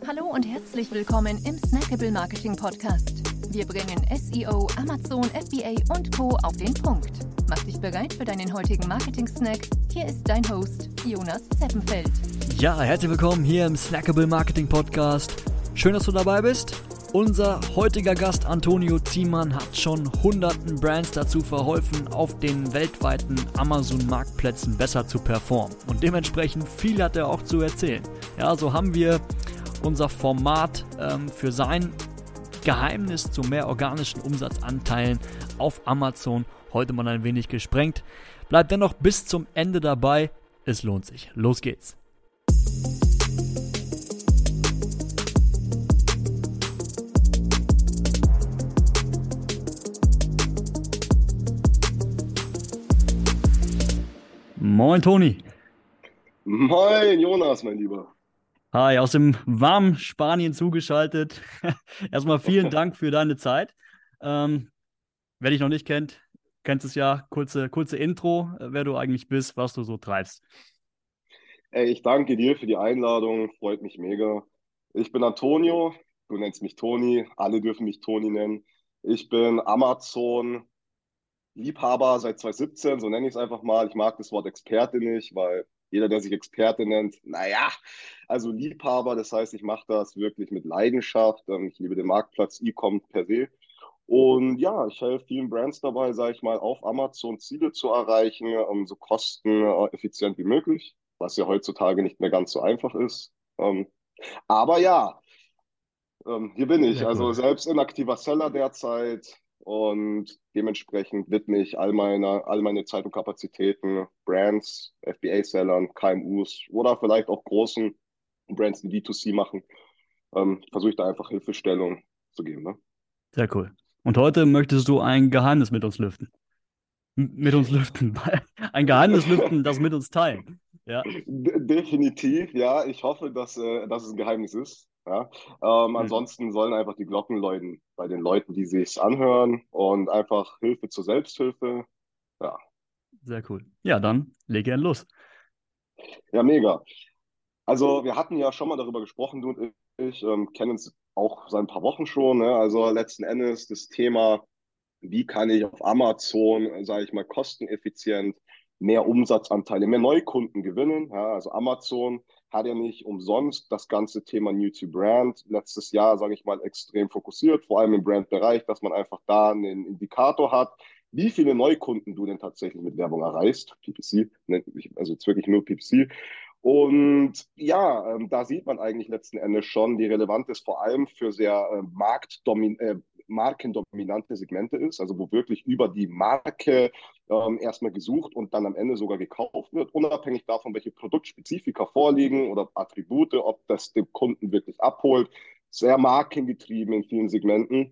Hallo und herzlich willkommen im Snackable Marketing Podcast. Wir bringen SEO, Amazon, FBA und Co. auf den Punkt. Mach dich bereit für deinen heutigen Marketing-Snack. Hier ist dein Host, Jonas Zeppenfeld. Ja, herzlich willkommen hier im Snackable Marketing Podcast. Schön, dass du dabei bist. Unser heutiger Gast Antonio Ziemann hat schon hunderten Brands dazu verholfen, auf den weltweiten Amazon-Marktplätzen besser zu performen. Und dementsprechend viel hat er auch zu erzählen. Ja, so haben wir unser Format für sein Geheimnis zu mehr organischen Umsatzanteilen auf Amazon heute mal ein wenig gesprengt. Bleibt dennoch bis zum Ende dabei. Es lohnt sich. Los geht's. Moin Toni. Moin Jonas, mein Lieber. Hi, aus dem warmen Spanien zugeschaltet. Erstmal vielen Dank für deine Zeit. Wer dich noch nicht kennt, kennst es ja. Kurze Intro, wer du eigentlich bist, was du so treibst. Ey, ich danke dir für die Einladung, freut mich mega. Ich bin Antonio, du nennst mich Toni, alle dürfen mich Toni nennen. Ich bin Amazon-Liebhaber seit 2017, so nenne ich es einfach mal. Ich mag das Wort Experte nicht, weil jeder, der sich Experte nennt, naja, also Liebhaber, das heißt, ich mache das wirklich mit Leidenschaft. Ich liebe den Marktplatz E-Com per se. Und ja, ich helfe vielen Brands dabei, sage ich mal, auf Amazon Ziele zu erreichen, so kosteneffizient wie möglich, was ja heutzutage nicht mehr ganz so einfach ist. Aber ja, hier bin ich, Sehr also cool. selbst ein aktiver Seller derzeit und dementsprechend widme ich all meine Zeit und Kapazitäten Brands, FBA-Sellern, KMUs oder vielleicht auch großen Brands, die D2C machen. Versuche ich da einfach Hilfestellung zu geben, ne? Sehr cool. Und heute möchtest du ein Geheimnis mit uns lüften. Mit uns lüften. Ein Geheimnis lüften, das mit uns teilen. Ja. Definitiv, ja. Ich hoffe, dass es ein Geheimnis ist. Ja. Mhm. Ansonsten sollen einfach die Glocken läuten bei den Leuten, die sich's anhören und einfach Hilfe zur Selbsthilfe. Ja, Sehr cool. Ja, dann leg gern los. ja, mega. Also wir hatten ja schon mal darüber gesprochen, du und ich, kennen uns auch seit ein paar Wochen schon. Ne? Also letzten Endes das Thema, wie kann ich auf Amazon, sage ich mal, kosteneffizient mehr Umsatzanteile, mehr Neukunden gewinnen. Ja, also Amazon hat ja nicht umsonst das ganze Thema New to Brand letztes Jahr, sage ich mal, extrem fokussiert, vor allem im Brandbereich, dass man einfach da einen Indikator hat, wie viele Neukunden du denn tatsächlich mit Werbung erreichst. PPC, also jetzt wirklich nur PPC. Und ja, da sieht man eigentlich letzten Endes schon, wie relevant es vor allem für sehr markendominante Segmente ist, also wo wirklich über die Marke erstmal gesucht und dann am Ende sogar gekauft wird, unabhängig davon, welche Produktspezifika vorliegen oder Attribute, ob das den Kunden wirklich abholt. Sehr markengetrieben in vielen Segmenten.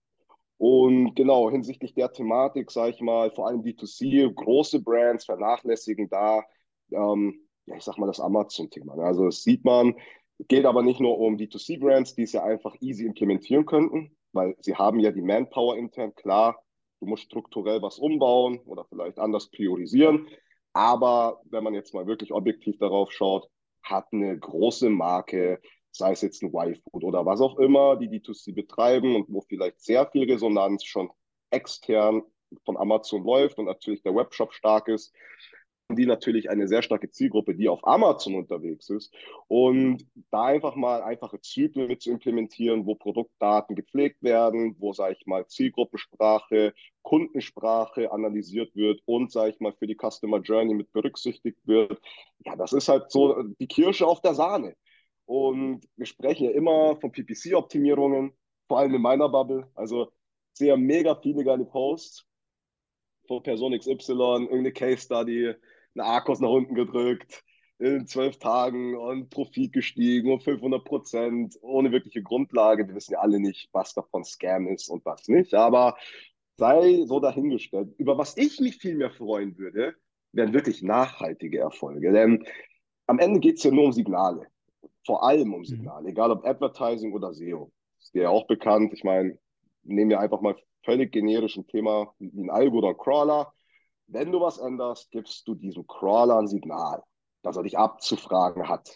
Und genau, hinsichtlich der Thematik, sage ich mal, vor allem D2C, große Brands vernachlässigen da, ja, ich sag mal, das Amazon-Thema. Also das sieht man, geht aber nicht nur um D2C-Brands, die es ja einfach easy implementieren könnten, weil sie haben ja die Manpower intern, klar, du musst strukturell was umbauen oder vielleicht anders priorisieren. Aber wenn man jetzt mal wirklich objektiv darauf schaut, hat eine große Marke, sei es jetzt ein Y-Food oder was auch immer, die D2C betreiben und wo vielleicht sehr viel Resonanz schon extern von Amazon läuft und natürlich der Webshop stark ist, die natürlich eine sehr starke Zielgruppe, die auf Amazon unterwegs ist. Und da einfach mal einfache Zyklen mit zu implementieren, wo Produktdaten gepflegt werden, wo, sage ich mal, Zielgruppensprache, Kundensprache analysiert wird und, sage ich mal, für die Customer Journey mit berücksichtigt wird. Ja, das ist halt so die Kirsche auf der Sahne. Und wir sprechen ja immer von PPC-Optimierungen, vor allem in meiner Bubble. Also sehe mega viele geile Posts von Person XY, irgendeine Case Study, eine ARKOS nach unten gedrückt, in 12 Tagen und Profit gestiegen um 500%, ohne wirkliche Grundlage. Wir wissen ja alle nicht, was davon Scam ist und was nicht, aber sei so dahingestellt. Über was ich mich viel mehr freuen würde, wären wirklich nachhaltige Erfolge. Denn am Ende geht es ja nur um Signale, vor allem um Mhm. Signale, egal ob Advertising oder SEO. Ist dir ja auch bekannt. Ich meine, nehmen wir einfach mal völlig generischen Thema wie ein Algo oder ein Crawler. Wenn du was änderst, gibst du diesem Crawler ein Signal, dass er dich abzufragen hat.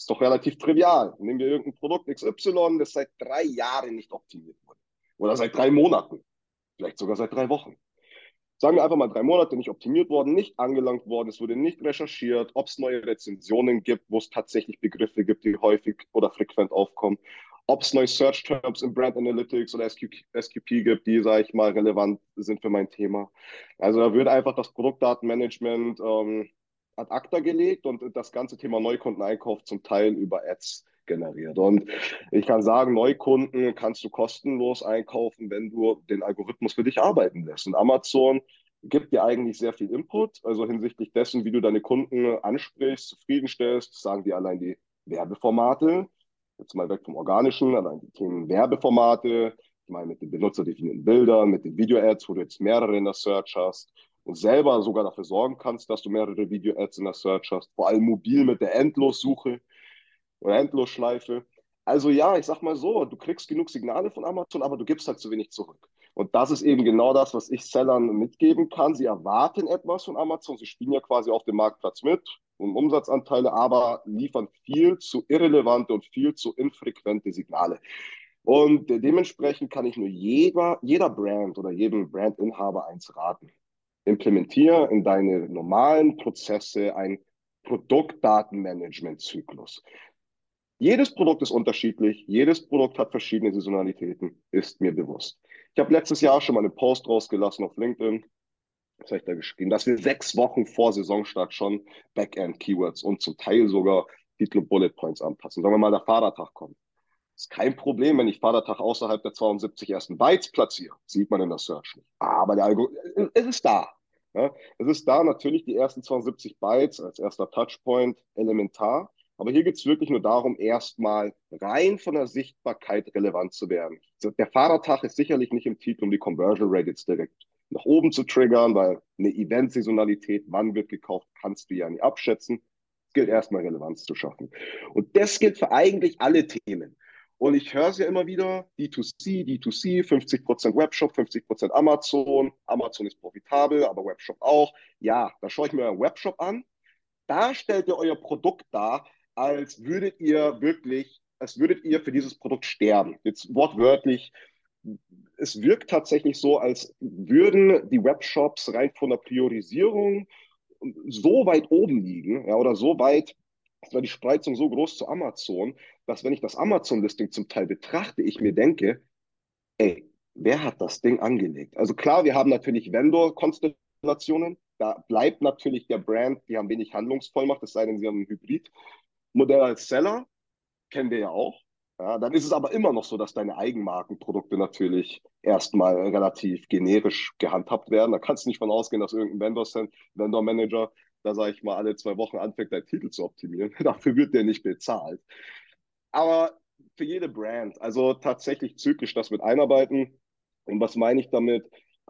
Ist doch relativ trivial. Nehmen wir irgendein Produkt XY, das seit 3 Jahren nicht optimiert wurde. Oder seit 3 Monaten. Vielleicht sogar seit 3 Wochen. Sagen wir einfach mal 3 Monate nicht optimiert worden, nicht angelangt worden, es wurde nicht recherchiert, ob es neue Rezensionen gibt, wo es tatsächlich Begriffe gibt, die häufig oder frequent aufkommen, ob es neue Search Terms im Brand Analytics oder SQP gibt, die, sage ich mal, relevant sind für mein Thema. Also da wird einfach das Produktdatenmanagement ad acta gelegt und das ganze Thema Neukundeneinkauf zum Teil über Ads generiert. Und ich kann sagen, Neukunden kannst du kostenlos einkaufen, wenn du den Algorithmus für dich arbeiten lässt. Und Amazon gibt dir eigentlich sehr viel Input, also hinsichtlich dessen, wie du deine Kunden ansprichst, zufriedenstellst, sagen dir allein die Werbeformate, jetzt mal weg vom Organischen, allein die Themen Werbeformate, ich meine mit den benutzerdefinierten Bildern, mit den Video-Ads, wo du jetzt mehrere in der Search hast und selber sogar dafür sorgen kannst, dass du mehrere Video-Ads in der Search hast, vor allem mobil mit der Endlossuche oder Endlosschleife. Also ja, ich sag mal so, du kriegst genug Signale von Amazon, aber du gibst halt zu wenig zurück. Und das ist eben genau das, was ich Sellern mitgeben kann. Sie erwarten etwas von Amazon, sie spielen ja quasi auf dem Marktplatz mit, um Umsatzanteile, aber liefern viel zu irrelevante und viel zu infrequente Signale. Und dementsprechend kann ich nur jeder Brand oder jedem Brandinhaber eins raten. Implementiere in deine normalen Prozesse ein Produktdatenmanagement-Zyklus. Jedes Produkt ist unterschiedlich, jedes Produkt hat verschiedene Saisonalitäten, ist mir bewusst. Ich habe letztes Jahr schon mal einen Post rausgelassen auf LinkedIn, was habe ich da geschrieben, dass wir 6 Wochen vor Saisonstart schon Backend-Keywords und zum Teil sogar Titel und Bullet Points anpassen. Sagen wir mal, der Vatertag kommt. Ist kein Problem, wenn ich Vatertag außerhalb der 72 ersten Bytes platziere. Sieht man in der Search nicht. Aber der Algorithmus, es ist da. Ja, es ist da natürlich die ersten 72 Bytes als erster Touchpoint elementar. Aber hier geht es wirklich nur darum, erstmal rein von der Sichtbarkeit relevant zu werden. Der Vatertag ist sicherlich nicht im Titel, um die Conversion Rate jetzt direkt nach oben zu triggern, weil eine Event-Saisonalität, wann wird gekauft, kannst du ja nicht abschätzen. Es gilt erstmal Relevanz zu schaffen. Und das gilt für eigentlich alle Themen. Und ich höre es ja immer wieder, D2C, D2C, 50% Webshop, 50% Amazon. Amazon ist profitabel, aber Webshop auch. Ja, da schaue ich mir einen Webshop an. Da stellt ihr euer Produkt dar, als würdet ihr für dieses Produkt sterben. Jetzt wortwörtlich, es wirkt tatsächlich so, als würden die Webshops rein von der Priorisierung so weit oben liegen, ja, oder so weit, es war die Spreizung so groß zu Amazon, dass wenn ich das Amazon-Listing zum Teil betrachte, ich mir denke, ey, wer hat das Ding angelegt? Also klar, wir haben natürlich Vendor-Konstellationen, da bleibt natürlich der Brand, die haben wenig Handlungsvollmacht, es sei denn, sie haben ein Hybrid-Modell als Seller, kennen wir ja auch. Ja, dann ist es aber immer noch so, dass deine Eigenmarkenprodukte natürlich erstmal relativ generisch gehandhabt werden. Da kannst du nicht von ausgehen, dass irgendein Vendor-Manager, da sage ich mal, alle 2 Wochen anfängt, deinen Titel zu optimieren. Dafür wird der nicht bezahlt. Aber für jede Brand, also tatsächlich zyklisch das mit einarbeiten. Und was meine ich damit?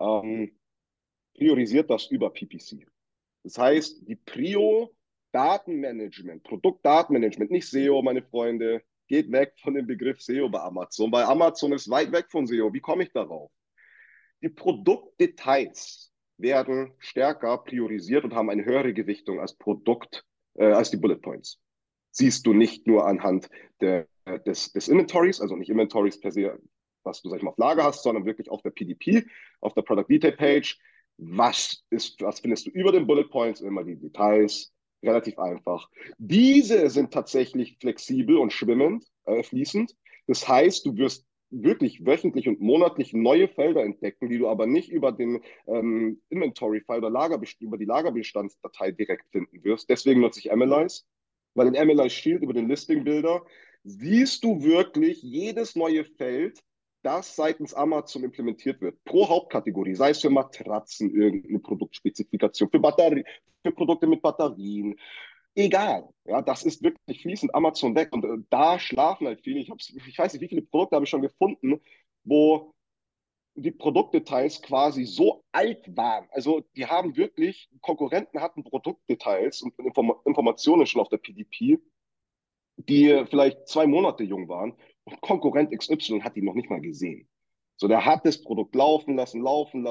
Priorisiert das über PPC. Das heißt, die Prio Datenmanagement, Produktdatenmanagement, nicht SEO, meine Freunde, geht weg von dem Begriff SEO bei Amazon, weil Amazon ist weit weg von SEO. Wie komme ich darauf? Die Produktdetails werden stärker priorisiert und haben eine höhere Gewichtung als die Bullet Points. Siehst du nicht nur anhand des Inventories, also nicht Inventories per se, was du, sag ich mal, auf Lager hast, sondern wirklich auf der PDP, auf der Product Detail Page. Was findest du über den Bullet Points? Immer die Details, relativ einfach. Diese sind tatsächlich flexibel und fließend. Das heißt, du wirst wirklich wöchentlich und monatlich neue Felder entdecken, die du aber nicht über den Inventory-File oder über die Lagerbestandsdatei direkt finden wirst. Deswegen nutze ich Analyze, weil in Analyze Shield über den Listing-Builder siehst du wirklich jedes neue Feld, das seitens Amazon implementiert wird, pro Hauptkategorie, sei es für Matratzen, irgendeine Produktspezifikation, für Produkte mit Batterien, egal. Ja, das ist wirklich fließend Amazon weg. Und da schlafen halt viele. Ich weiß nicht, wie viele Produkte habe ich schon gefunden, wo die Produktdetails quasi so alt waren. Also die haben wirklich, Konkurrenten hatten Produktdetails und Informationen schon auf der PDP, die vielleicht 2 Monate jung waren. Und Konkurrent XY hat die noch nicht mal gesehen. So, der hat das Produkt laufen lassen,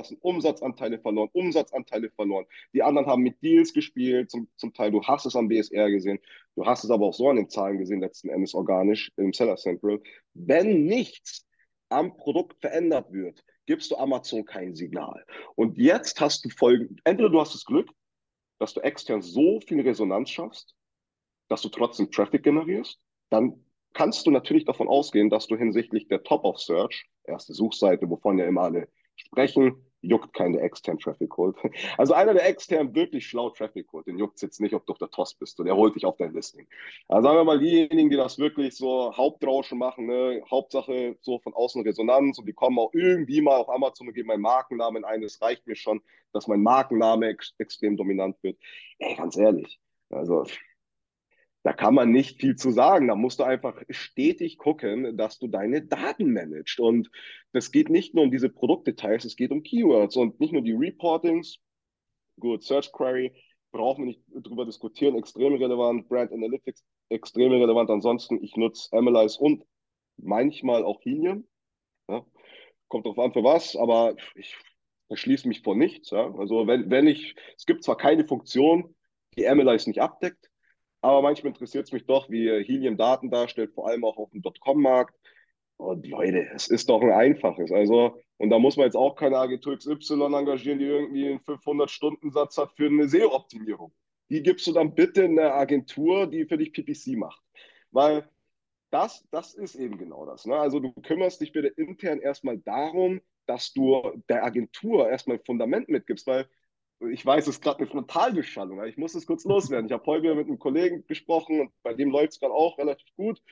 Umsatzanteile verloren. Die anderen haben mit Deals gespielt, zum Teil, du hast es am BSR gesehen, du hast es aber auch so an den Zahlen gesehen, letzten Endes organisch im Seller Central. Wenn nichts am Produkt verändert wird, gibst du Amazon kein Signal. Und jetzt hast du entweder du hast das Glück, dass du extern so viel Resonanz schaffst, dass du trotzdem Traffic generierst, dann kannst du natürlich davon ausgehen, dass du hinsichtlich der Top of Search, erste Suchseite, wovon ja immer alle sprechen, juckt keinen, der extern Traffic holt. Also einer, der extern wirklich schlau Traffic holt, den juckt es jetzt nicht, ob du auf der TOS bist, der holt dich auf dein Listing. Also sagen wir mal, diejenigen, die das wirklich so Hauptrauschen machen, ne, Hauptsache so von außen Resonanz und die kommen auch irgendwie mal auf Amazon und geben meinen Markennamen ein, es reicht mir schon, dass mein Markenname extrem dominant wird. Ey, ganz ehrlich, also da kann man nicht viel zu sagen. Da musst du einfach stetig gucken, dass du deine Daten managst. Und das geht nicht nur um diese Produktdetails, es geht um Keywords und nicht nur die Reportings. Gut, Search Query, brauchen wir nicht drüber diskutieren, extrem relevant. Brand Analytics, extrem relevant. Ansonsten, ich nutze Analyze und manchmal auch Helium. Ja. Kommt drauf an, für was, aber ich verschließe mich vor nichts. Ja. Also es gibt zwar keine Funktion, die Analyze nicht abdeckt, aber manchmal interessiert es mich doch, wie Helium Daten darstellt, vor allem auch auf dem .com-Markt. Und Leute, es ist doch ein einfaches. Also, und da muss man jetzt auch keine Agentur XY engagieren, die irgendwie einen 500-Stunden-Satz hat für eine SEO-Optimierung. Die gibst du dann bitte in eine Agentur, die für dich PPC macht. Weil das ist eben genau das. Ne? Also du kümmerst dich bitte intern erstmal darum, dass du der Agentur erstmal ein Fundament mitgibst, weil ich weiß, es ist gerade eine Frontalbeschallung, aber ich muss es kurz loswerden. Ich habe heute wieder mit einem Kollegen gesprochen und bei dem läuft es gerade auch relativ gut.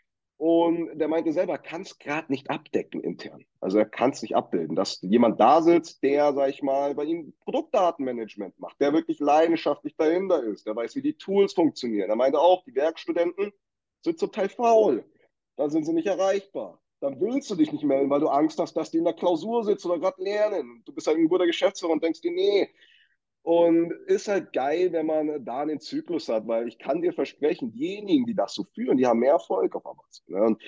Und der meinte selber, er kann es gerade nicht abdecken intern. Also er kann es nicht abbilden, dass jemand da sitzt, der, sag ich mal, bei ihm Produktdatenmanagement macht, der wirklich leidenschaftlich dahinter ist, der weiß, wie die Tools funktionieren. Er meinte auch, die Werkstudenten sind zum Teil faul. Da sind sie nicht erreichbar. Dann willst du dich nicht melden, weil du Angst hast, dass die in der Klausur sitzen oder gerade lernen. Du bist halt ein guter Geschäftsführer und denkst dir, nee, und ist halt geil, wenn man da einen Zyklus hat, weil ich kann dir versprechen, diejenigen, die das so führen, die haben mehr Erfolg auf Amazon. Ne? Und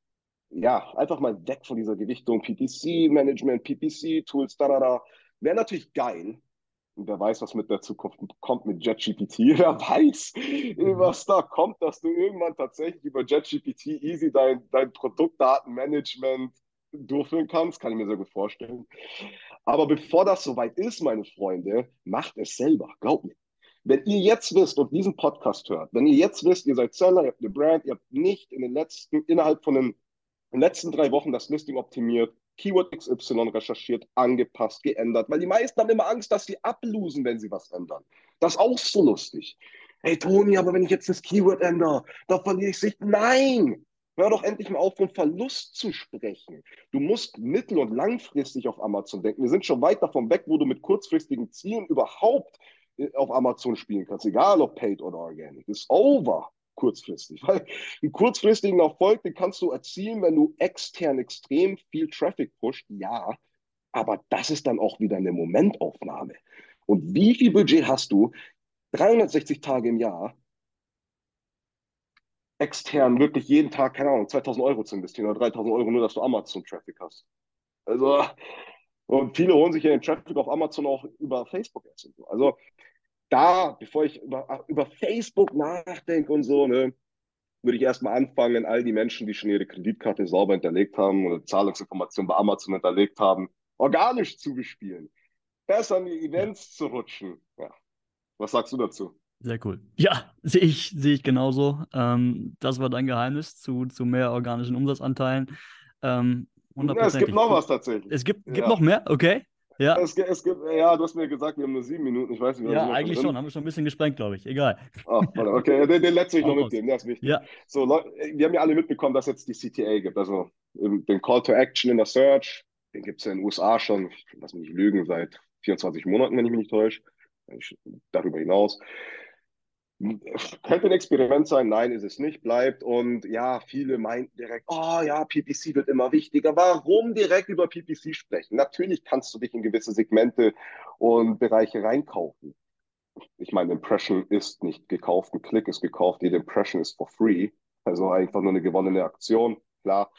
ja, einfach mal weg von dieser Gewichtung PPC-Management, PPC-Tools, da. Wäre natürlich geil. Und wer weiß, was mit der Zukunft kommt mit JetGPT. Wer weiß, was da kommt, dass du irgendwann tatsächlich über JetGPT easy dein Produktdatenmanagement durchführen kannst. Kann ich mir sehr gut vorstellen. Aber bevor das soweit ist, meine Freunde, macht es selber. Glaubt mir. Wenn ihr jetzt wisst und diesen Podcast hört, wenn ihr jetzt wisst, ihr seid Seller, ihr habt eine Brand, ihr habt nicht innerhalb von den letzten 3 Wochen das Listing optimiert, Keyword XY recherchiert, angepasst, geändert, weil die meisten haben immer Angst, dass sie ablosen, wenn sie was ändern. Das ist auch so lustig. Hey Toni, aber wenn ich jetzt das Keyword ändere, da verliere ich Sicht. Nein! Hör doch endlich mal auf, von Verlust zu sprechen. Du musst mittel- und langfristig auf Amazon denken. Wir sind schon weit davon weg, wo du mit kurzfristigen Zielen überhaupt auf Amazon spielen kannst, egal ob paid oder organic. Ist over kurzfristig. Weil einen kurzfristigen Erfolg, den kannst du erzielen, wenn du extern extrem viel Traffic pusht, ja, aber das ist dann auch wieder eine Momentaufnahme. Und wie viel Budget hast du, 360 Tage im Jahr, extern wirklich jeden Tag, keine Ahnung, 2000 Euro zu investieren oder 3000 Euro nur, dass du Amazon-Traffic hast? Also, und viele holen sich ja den Traffic auf Amazon auch über Facebook-Ads und so. Also, bevor ich über Facebook nachdenke und so, ne, würde ich erstmal anfangen, all die Menschen, die schon ihre Kreditkarte sauber hinterlegt haben oder Zahlungsinformationen bei Amazon hinterlegt haben, organisch zu bespielen. Besser in die Ja, Events zu rutschen. Ja. Was sagst du dazu? sehr cool. Ja, sehe ich genauso. Das war dein Geheimnis zu mehr organischen Umsatzanteilen. Ja, es gibt Hundertprozentig. noch was tatsächlich. Es gibt noch Ja. mehr? Okay. Ja. Ja, du hast mir gesagt, wir haben nur 7 Minuten. Ich weiß nicht, wie lange sind Ja, wir schon eigentlich schon. drin? Haben wir schon ein bisschen gesprengt, glaube ich. Egal. Ah, warte, okay, den letzte ich Hau noch raus. mitgeben, der ist wichtig. Ja. So, Leute, wir haben ja alle mitbekommen, dass es jetzt die CTA gibt, also den Call to Action in der Search, den gibt es ja in den USA schon, lass mich nicht lügen, seit 24 Monaten, wenn ich mich nicht täusche, darüber hinaus. Könnte ein Experiment sein, nein, ist es nicht, bleibt. Und ja, viele meinten direkt, oh ja, PPC wird immer wichtiger. Warum direkt über PPC sprechen? Natürlich kannst du dich in gewisse Segmente und Bereiche reinkaufen. Ich meine, Impression ist nicht gekauft, ein Klick ist gekauft, jede Impression ist for free. Also einfach nur eine gewonnene Aktion, klar.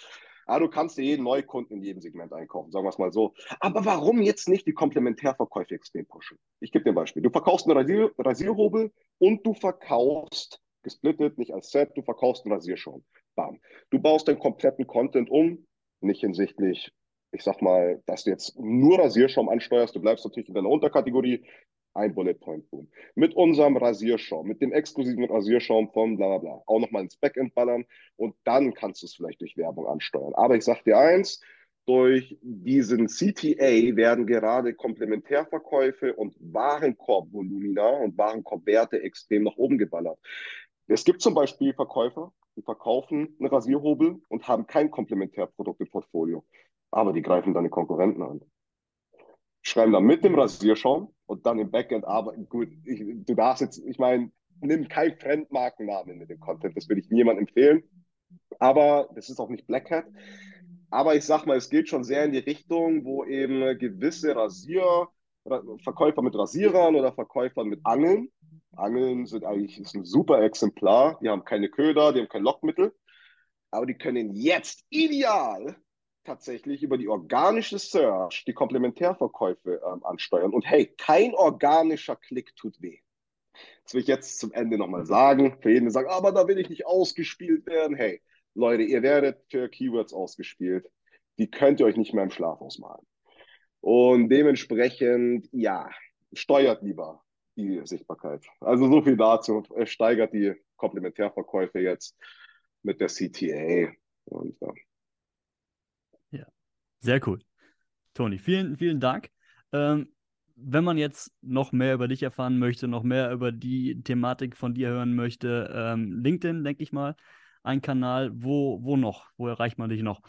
Aber du kannst dir jeden Neukunden in jedem Segment einkaufen, sagen wir es mal so. Aber warum jetzt nicht die Komplementärverkäufe extrem pushen? Ich gebe dir ein Beispiel. Du verkaufst einen Rasierhobel und du verkaufst, gesplittet, nicht als Set, du verkaufst einen Rasierschaum. Bam. Du baust den kompletten Content um, nicht hinsichtlich, ich sag mal, dass du jetzt nur Rasierschaum ansteuerst, du bleibst natürlich in deiner Unterkategorie, ein Bullet Point Boom. Mit unserem Rasierschaum, mit dem exklusiven Rasierschaum von bla bla bla, auch nochmal ins Backend ballern und dann kannst du es vielleicht durch Werbung ansteuern. Aber ich sag dir eins, durch diesen CTA werden gerade Komplementärverkäufe und Warenkorbvolumina und Warenkorbwerte extrem nach oben geballert. Es gibt zum Beispiel Verkäufer, die verkaufen einen Rasierhobel und haben kein Komplementärprodukt im Portfolio, aber die greifen dann die Konkurrenten an. Schreiben dann mit dem Rasierschaum und dann im Backend arbeiten. Gut, du darfst jetzt, ich meine, nimm kein Fremdmarkennamen mit dem Content, das würde ich niemandem empfehlen. Aber das ist auch nicht Black Hat. Aber ich sag mal, es geht schon sehr in die Richtung, wo eben gewisse Verkäufer mit Rasierern oder Verkäufer mit Angeln. Angeln ist ein super Exemplar. Die haben keine Köder, die haben kein Lockmittel. Aber die können jetzt ideal tatsächlich über die organische Search die Komplementärverkäufe ansteuern. Und hey, kein organischer Klick tut weh. Das will ich jetzt zum Ende nochmal sagen. Für jeden, der sagt, aber da will ich nicht ausgespielt werden. Hey, Leute, ihr werdet für Keywords ausgespielt. Die könnt ihr euch nicht mehr im Schlaf ausmalen. Und dementsprechend, ja, steuert lieber die Sichtbarkeit. Also so viel dazu. Steigert die Komplementärverkäufe jetzt mit der CTA. Und ja. Ja, sehr cool. Toni, vielen, vielen Dank. Wenn man jetzt noch mehr über dich erfahren möchte, noch mehr über die Thematik von dir hören möchte, LinkedIn, denke ich mal, ein Kanal. Wo noch? Wo erreicht man dich noch?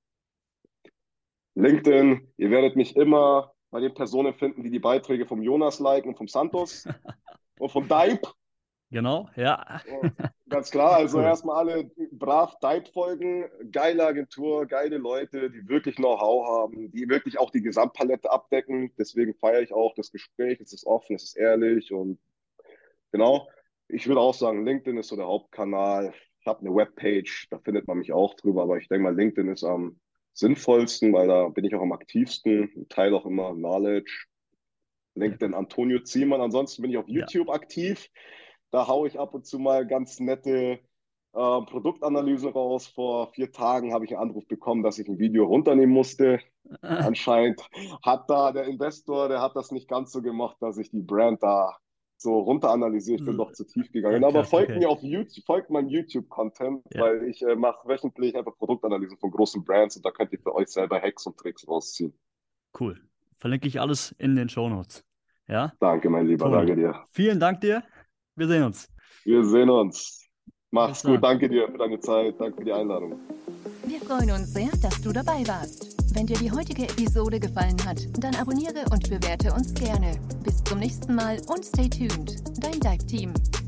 LinkedIn, ihr werdet mich immer bei den Personen finden, die die Beiträge vom Jonas liken und vom Santos und vom Dipe. Genau, ja. Ganz klar, also Cool. Erstmal alle brav Dipe folgen, geile Agentur, geile Leute, die wirklich Know-how haben, die wirklich auch die Gesamtpalette abdecken. Deswegen feiere ich auch das Gespräch, es ist offen, es ist ehrlich und genau. Ich würde auch sagen, LinkedIn ist so der Hauptkanal. Ich habe eine Webpage, da findet man mich auch drüber, aber ich denke mal, LinkedIn ist am sinnvollsten, weil da bin ich auch am aktivsten, teile auch immer Knowledge. LinkedIn Antonio Ziemann. Ansonsten bin ich auf YouTube aktiv. Da haue ich ab und zu mal ganz nette Produktanalysen raus. Vor 4 Tagen habe ich einen Anruf bekommen, dass ich ein Video runternehmen musste. Anscheinend hat da der Investor, der hat das nicht ganz so gemacht, dass ich die Brand da so runter analysiere. Ich bin doch zu tief gegangen. Ja, krass, aber folgt okay. mir auf YouTube, folgt meinem YouTube-Content, Ja. weil ich mache wöchentlich einfach Produktanalysen von großen Brands und da könnt ihr für euch selber Hacks und Tricks rausziehen. Cool. Verlinke ich alles in den Shownotes. Ja? Danke, mein Lieber, Toni, danke dir. vielen Dank dir. Wir sehen uns. Wir sehen uns. Mach's Bis dann. gut, danke dir für deine Zeit, danke für die Einladung. Wir freuen uns sehr, dass du dabei warst. Wenn dir die heutige Episode gefallen hat, dann abonniere und bewerte uns gerne. Bis zum nächsten Mal und stay tuned. Dein Dive-Team.